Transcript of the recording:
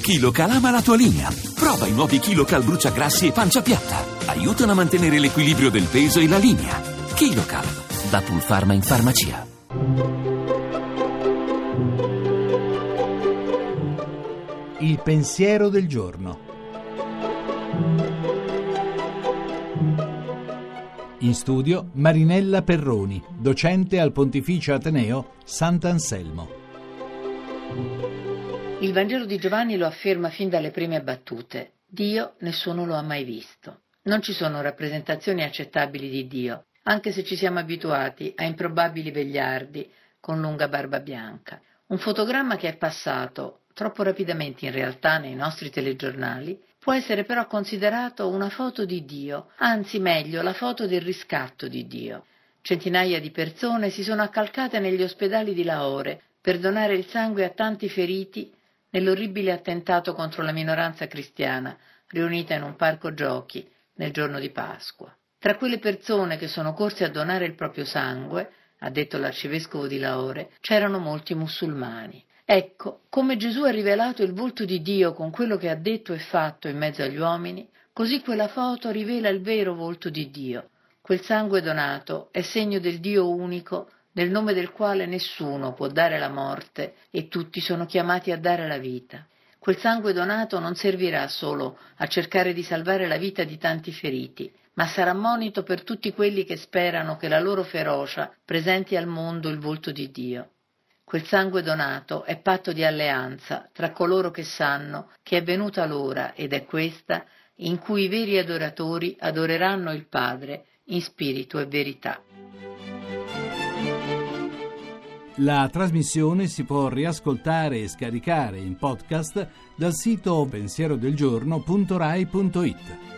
KiloCal ama la tua linea. Prova i nuovi KiloCal bruciagrassi e pancia piatta. Aiutano a mantenere l'equilibrio del peso e la linea. KiloCal, da Pulpharma in farmacia. Il pensiero del giorno. In studio Marinella Perroni, docente al Pontificio Ateneo Sant'Anselmo. Il Vangelo di Giovanni lo afferma fin dalle prime battute: Dio nessuno lo ha mai visto. Non ci sono rappresentazioni accettabili di Dio, anche se ci siamo abituati a improbabili vegliardi con lunga barba bianca. Un fotogramma che è passato troppo rapidamente in realtà nei nostri telegiornali può essere però considerato una foto di Dio, anzi meglio la foto del riscatto di Dio. Centinaia di persone si sono accalcate negli ospedali di Lahore per donare il sangue a tanti feriti nell'orribile attentato contro la minoranza cristiana riunita in un parco giochi nel giorno di Pasqua. Tra quelle persone che sono corse a donare il proprio sangue, ha detto l'arcivescovo di Lahore, c'erano molti musulmani. Ecco, come Gesù ha rivelato il volto di Dio con quello che ha detto e fatto in mezzo agli uomini, così quella foto rivela il vero volto di Dio. Quel sangue donato è segno del Dio unico, nel nome del quale nessuno può dare la morte e tutti sono chiamati a dare la vita. Quel sangue donato non servirà solo a cercare di salvare la vita di tanti feriti, ma sarà monito per tutti quelli che sperano che la loro ferocia presenti al mondo il volto di Dio. Quel sangue donato è patto di alleanza tra coloro che sanno che è venuta l'ora, ed è questa, in cui i veri adoratori adoreranno il Padre in spirito e verità. La trasmissione si può riascoltare e scaricare in podcast dal sito pensierodelgiorno.rai.it.